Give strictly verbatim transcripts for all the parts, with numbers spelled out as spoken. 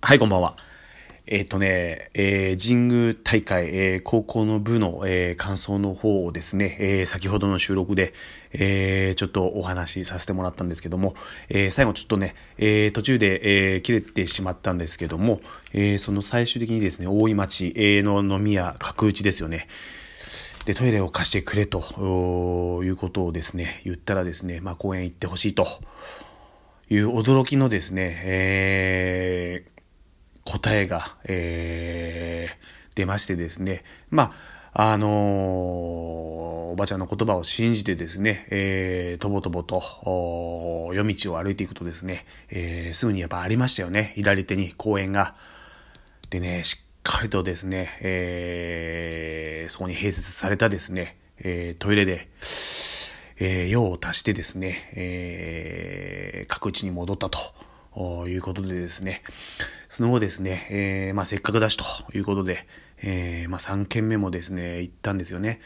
はい、こんばんは。えっとね、えー神宮大会、えー高校の部の、えー感想の方をですね、えー先ほどの収録で、えーちょっとお話しさせてもらったんですけども、えー最後ちょっとね、えー途中で、えー切れてしまったんですけども、えーその最終的にですね、大井町、えーの飲み屋、角打ちですよね。で、トイレを貸してくれということをですね、言ったらですね、まあ公園行ってほしいという驚きのですね、えー答えが、えー出ましてですね、まあ、あのーおばちゃんの言葉を信じてですね、えーとぼとぼと夜道を歩いていくとですね、えーすぐにやっぱありましたよね、左手に公園が。でね、しっかりとですね、えーそこに併設されたですね、えートイレで、えー用を足してですね、えー各地に戻ったということでですね、その後ですね、えーまあ、せっかくだしということで、えーまあ、さんけんめもですね、行ったんですよね。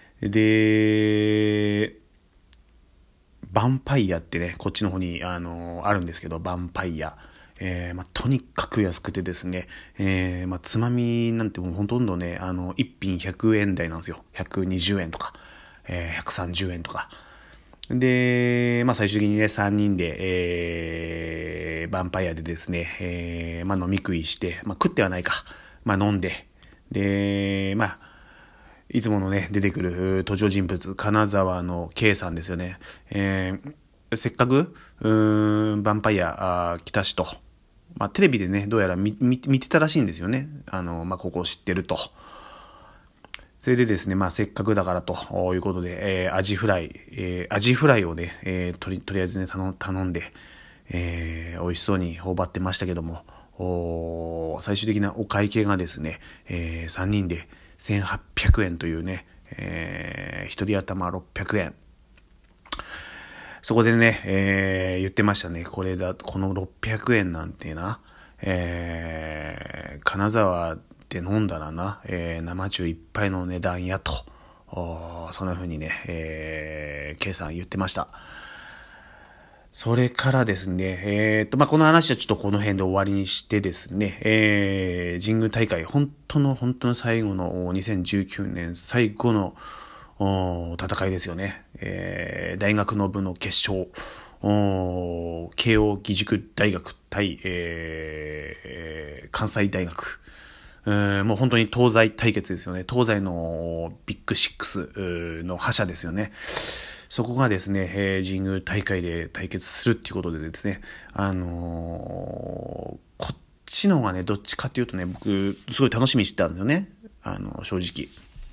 で、ヴァンパイアってね、こっちの方に、あのーあるんですけど、ヴァンパイア。えーまあ、とにかく安くてですね、えーまあ、つまみなんてもうほとんどね、あの、いっぴんひゃくえん台なんですよ。ひゃくにじゅうえんとか、えーひゃくさんじゅうえんとか。で、まあ、最終的にね、さんにんで、えー、ヴァンパイアでですね、えー、まあ、飲み食いして、まあ、食ってはないか、まあ、飲んで、で、まあ、いつものね、出てくる登場人物、金沢の K さんですよね。えー、せっかく、うーん、ヴァンパイア来たしと、まあ、テレビでね、どうやら見、見、見てたらしいんですよね。あの、まあ、ここを知ってると。それでですね、まあ、せっかくだからということで、えー、アジフライ、えー、アジフライをね、えー、とり、とりあえずね、頼頼んで、えー、美味しそうに頬張ってましたけども、お最終的なお会計がですね、えー、さんにんでせんはっぴゃくえんというね、えー、ひとり頭ろっぴゃくえん。そこでね、えー、言ってましたね。これだ、このろっぴゃくえんなんてな、えー、金沢で飲んだらな、えー、生中いっぱいの値段やと、そんな風にね、えー、K さん言ってました。それからですね、えー、と、まあ、この話はちょっとこの辺で終わりにしてですね、えー、神宮大会、本当の本当の最後のにせんじゅうきゅうねん最後の戦いですよね。えー、大学の部の決勝、慶応義塾大学対、えー、関西大学。えー、もう本当に東西対決ですよね。東西のビッグシックスの覇者ですよね。そこがですね、えー、神宮大会で対決するっていうことでですね、あのー、こっちの方がね、どっちかっていうとね、僕、すごい楽しみにしてたんですよね。あの、正直。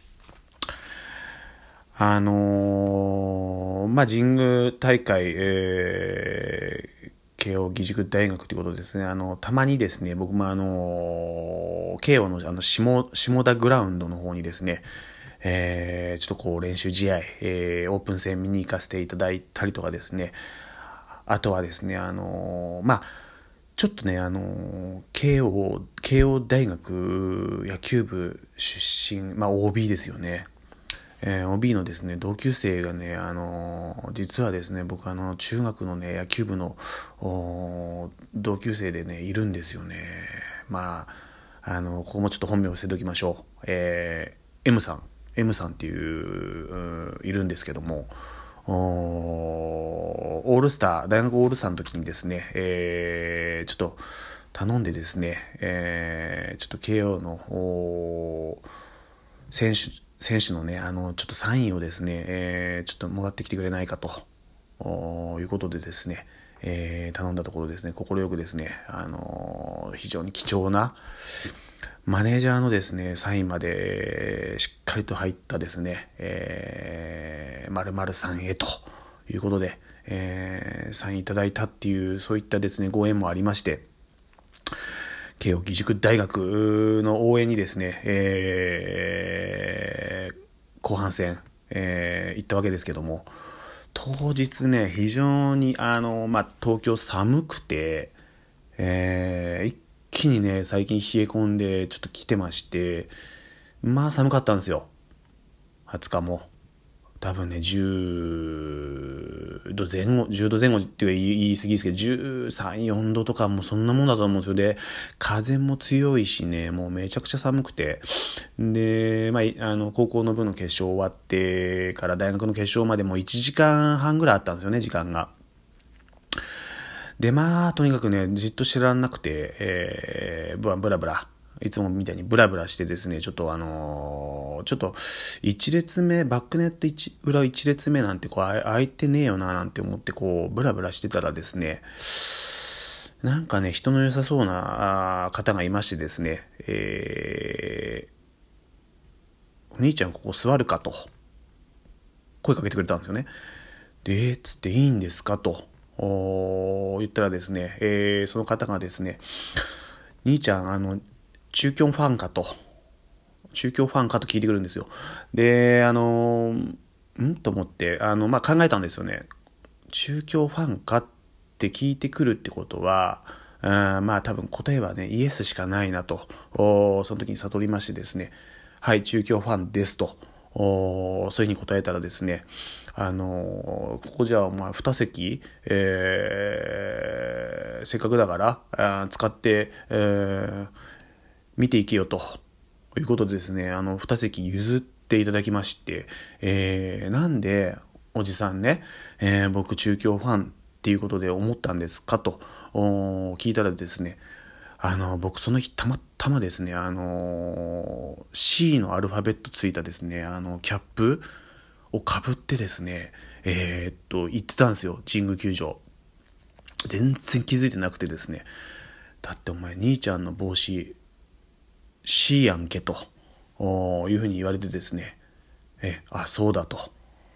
あのー、まあ、神宮大会、えー、慶応義塾大学ということですね。あの、たまにですね、僕もあのー、慶応のあの、下、下田グラウンドの方にですね、えー、ちょっとこう練習試合、えー、オープン戦見に行かせていただいたりとかですね、あとはですね、あのー、まあ、ちょっとね、あのー、慶応、慶応大学野球部出身、まあ オービー ですよね。えー、オービー のですね、同級生がね、あのー、実はですね、僕あの、中学のね、野球部の、同級生でね、いるんですよね。まあ、あの、ここもちょっと本名を伏せておきましょう。えー、M さん、M さんっていう、いるんですけども、オールスター、大学オールスターの時にですね、えー、ちょっと頼んでですね、えー、ちょっと慶応の、選手、選手のね、あの、ちょっとサインをですね、えー、ちょっともらってきてくれないかと、いうことでですね、えー、頼んだところですね、快くですね、あのー、非常に貴重な、マネージャーのですね、サインまでしっかりと入ったですね、えー、〇〇さんへということで、えー、サインいただいたっていう、そういったですね、ご縁もありまして、慶応義塾大学の応援にですね、えー、後半戦、えー、行ったわけですけども、当日ね、非常にあの、まあ、東京寒くて、えー、一気にね、最近冷え込んでちょっと来てまして、まあ寒かったんですよ。はつかも。 多分ね、じゅうどぜん後、じゅうどぜん後っていう言い過ぎですけど、じゅうさん、よんどとかもそんなもんだと思うんですよ。で、風も強いしね、もうめちゃくちゃ寒くて。で、まあ、あの、高校の部の決勝終わってから大学の決勝までもういちじかんはんぐらいあったんですよね、時間が。で、まあ、とにかくね、じっと知らなくて、えー、ブラブラブラ。いつもみたいにブラブラしてですね、ちょっとあのー、ちょっと一列目、バックネット一裏一列目なんてこう空いてねえよななんて思ってこうブラブラしてたらですね、なんかね、人の良さそうな方がいましてですね、えー、お兄ちゃんここ座るかと声かけてくれたんですよね。で、えー、つっていいんですかと言ったらですね、えー、その方がですね、兄ちゃんあの中京ファンかと中京ファンかと聞いてくるんですよ。で、あのんと思ってあの、まあ、考えたんですよね。中京ファンかって聞いてくるってことは、あまあ多分答えはねイエスしかないなとその時に悟りましてですね、はい中京ファンですとおそういうふうに答えたらですね、あのー、ここじゃあまあに席、えー、せっかくだからあ使って、えー、見ていけよということでですね、あのに席譲っていただきまして、えー、なんでおじさんね、えー、僕中京ファンっていうことで思ったんですかと聞いたらですね、あの僕その日たまたまですね、あの C のアルファベットついたですね、あのキャップをかぶってですね、えー、っと行ってたんですよ、神宮球場。全然気づいてなくてですね、だってお前兄ちゃんの帽子 C やんけというふうに言われてですね、えあそうだと、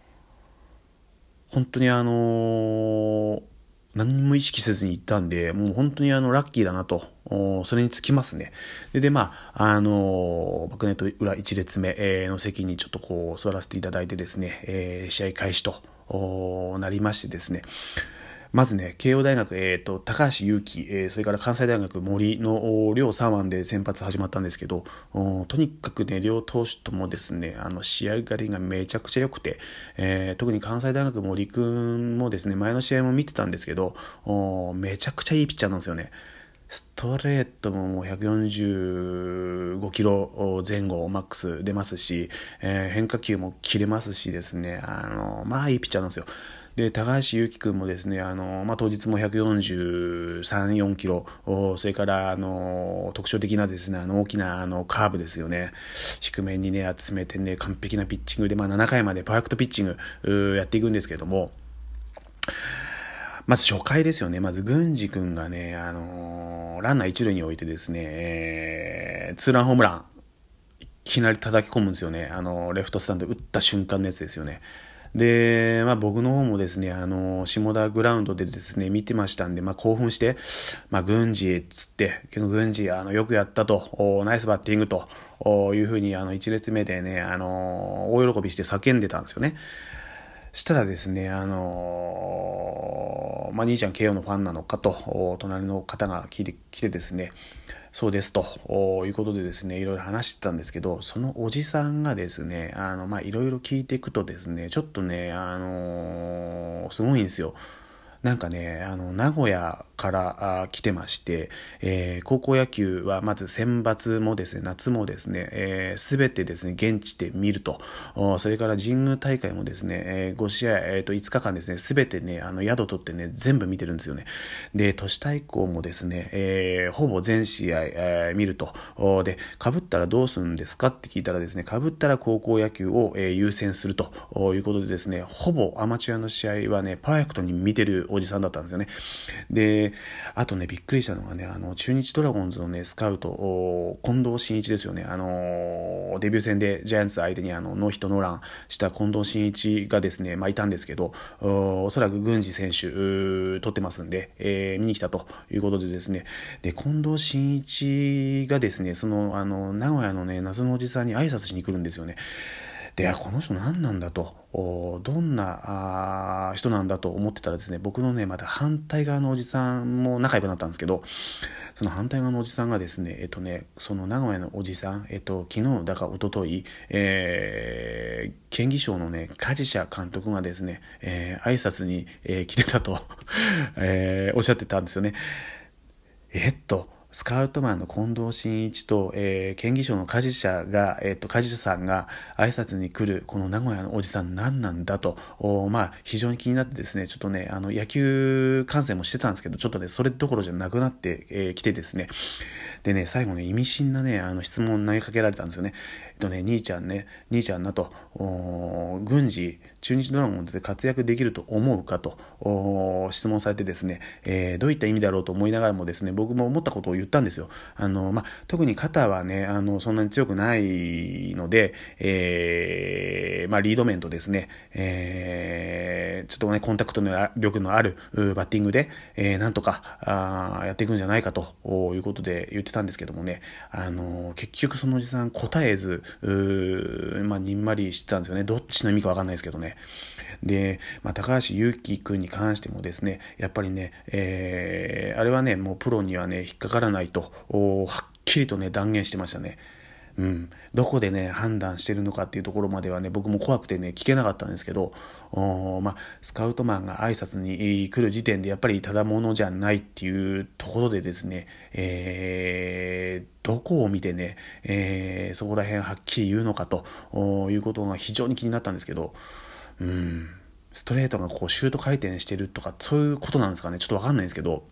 本当にあのー、何にも意識せずに行ったんで、もう本当にあのラッキーだなと、それにつきますね。で、でまあ、あのー、バックネット裏一列目の席にちょっとこう座らせていただいてですね、えー、試合開始となりましてですね、まずね、慶応大学、えーと、高橋優希、えー、それから関西大学森の両さんわんで先発始まったんですけど、とにかくね、両投手ともですね、あの仕上がりがめちゃくちゃ良くて、えー、特に関西大学森くんもですね、前の試合も見てたんですけど、めちゃくちゃいいピッチャーなんですよね。ストレートももうひゃくよんじゅうごキロ前後マックス出ますし、えー、変化球も切れますしですね、あのまあいいピッチャーなんですよ。で高橋優貴君もですね、あの、まあ、当日もひゃくよんじゅうさん、よんキロ、それからあの特徴的なですね、あの大きなあのカーブですよね、低めにね集めてね完璧なピッチングで、まあ、ななかいまでパーフェクトピッチングやっていくんですけれども、まず初回ですよね。まず郡司君がね、あのー、ランナー一塁に置いてですね、えー、ツーランホームランいきなり叩き込むんですよね。あのー、レフトスタンド打った瞬間のやつですよね。で、まあ僕の方もですね、あのー、下田グラウンドでですね、見てましたんで、まあ興奮して、まあ郡司っつって、郡司、あの、よくやったと、ナイスバッティングというふうに、あの、一列目でね、あのー、大喜びして叫んでたんですよね。したらですね、あのー、まあ、兄ちゃん慶応のファンなのかと、隣の方が聞いてきてですね、そうですということでですね、いろいろ話してたんですけど、そのおじさんがですね、あの、まあ、いろいろ聞いていくとですね、ちょっとね、あのー、すごいんですよ。なんかね、あの、名古屋から来てまして、えー、高校野球はまず選抜もですね、夏もですね、えー、全てですね、現地で見ると、それから神宮大会もですね、えー、ご試合、えー、といつかかんですね、全てね、あの、宿取ってね、全部見てるんですよね。で、都市対抗もですね、えー、ほぼ全試合、えー、見ると。で、被ったらどうするんですかって聞いたらですね、被ったら高校野球を、えー、優先するということでですね、ほぼアマチュアの試合はね、パーフェクトに見てるおじさんだったんですよね。で、あとね、びっくりしたのがね、あの、中日ドラゴンズのね、スカウト、近藤真一ですよね。あの、デビュー戦でジャイアンツ相手にあの、ノーヒットノーランした近藤真一がですね、まあ、いたんですけど、お, おそらく郡司選手、取ってますんで、えー、見に来たということでですね、で、近藤真一がですね、その、あの、名古屋のね、謎のおじさんに挨拶しに来るんですよね。で、この人何なんだと、どんなあ人なんだと思ってたらですね、僕のね、また反対側のおじさんも仲良くなったんですけど、 その反対側のおじさんがですね、えっとね、その名古屋のおじさん、えっと、昨日だか一昨日、えー、県議賞のね、梶社監督がですね、えー、挨拶に、えー、来てたと、えー、おっしゃってたんですよね。えっと、スカウトマンの近藤真一と、えー、県議賞の梶社が、えっと、梶社さんが挨拶に来る、この名古屋のおじさん何なんだと、おまあ、非常に気になってですね、ちょっとね、あの、野球観戦もしてたんですけど、ちょっとね、それどころじゃなくなって、えー、来てですね、でね、最後ね、意味深なね、あの、質問投げかけられたんですよね。えっとね、兄ちゃんね、兄ちゃんなと、軍事、中日ドラゴンズで活躍できると思うかと質問されてですね、えー、どういった意味だろうと思いながらもですね、僕も思ったことを言ったんですよ。あの、まあ、特に肩はね、あの、そんなに強くないので、えー、まあ、リード面とですね、えー、ちょっとね、コンタクトの力のあるバッティングで、えー、なんとか、あやっていくんじゃないかということで言ってたんですけどもね、あの、結局そのおじさん答えず、まあ、にんまりしてたんですよね。どっちの意味かわかんないですけどね。で、まあ、高橋優貴君に関してもですね、やっぱりね、えー、あれはね、もうプロにはね、引っかからないと、はっきりとね、断言してましたね。うん、どこでね判断してるのかっていうところまではね僕も怖くてね聞けなかったんですけど、まあ、スカウトマンが挨拶に来る時点でやっぱりただものじゃないっていうところでですね、えー、どこを見てね、えー、そこら辺はっきり言うのかということが非常に気になったんですけど、うん、ストレートがこうシュート回転してるとかそういうことなんですかね、ちょっと分かんないんですけど、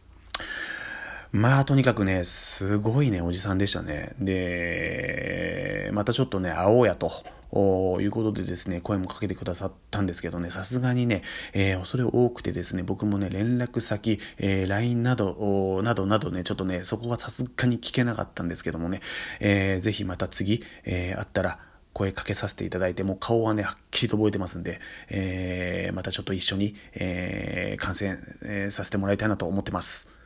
まあとにかくねすごいねおじさんでしたね。でまたちょっとね会おうやということでですね声もかけてくださったんですけどね、さすがにね、えー、恐れ多くてですね僕もね連絡先、えー、ライン などなどなどねちょっとねそこはさすがに聞けなかったんですけどもね、えー、ぜひまた次、えー、会ったら声かけさせていただいて、もう顔はねはっきりと覚えてますんで、えー、またちょっと一緒に、えー、観戦、えー、させてもらいたいなと思ってます。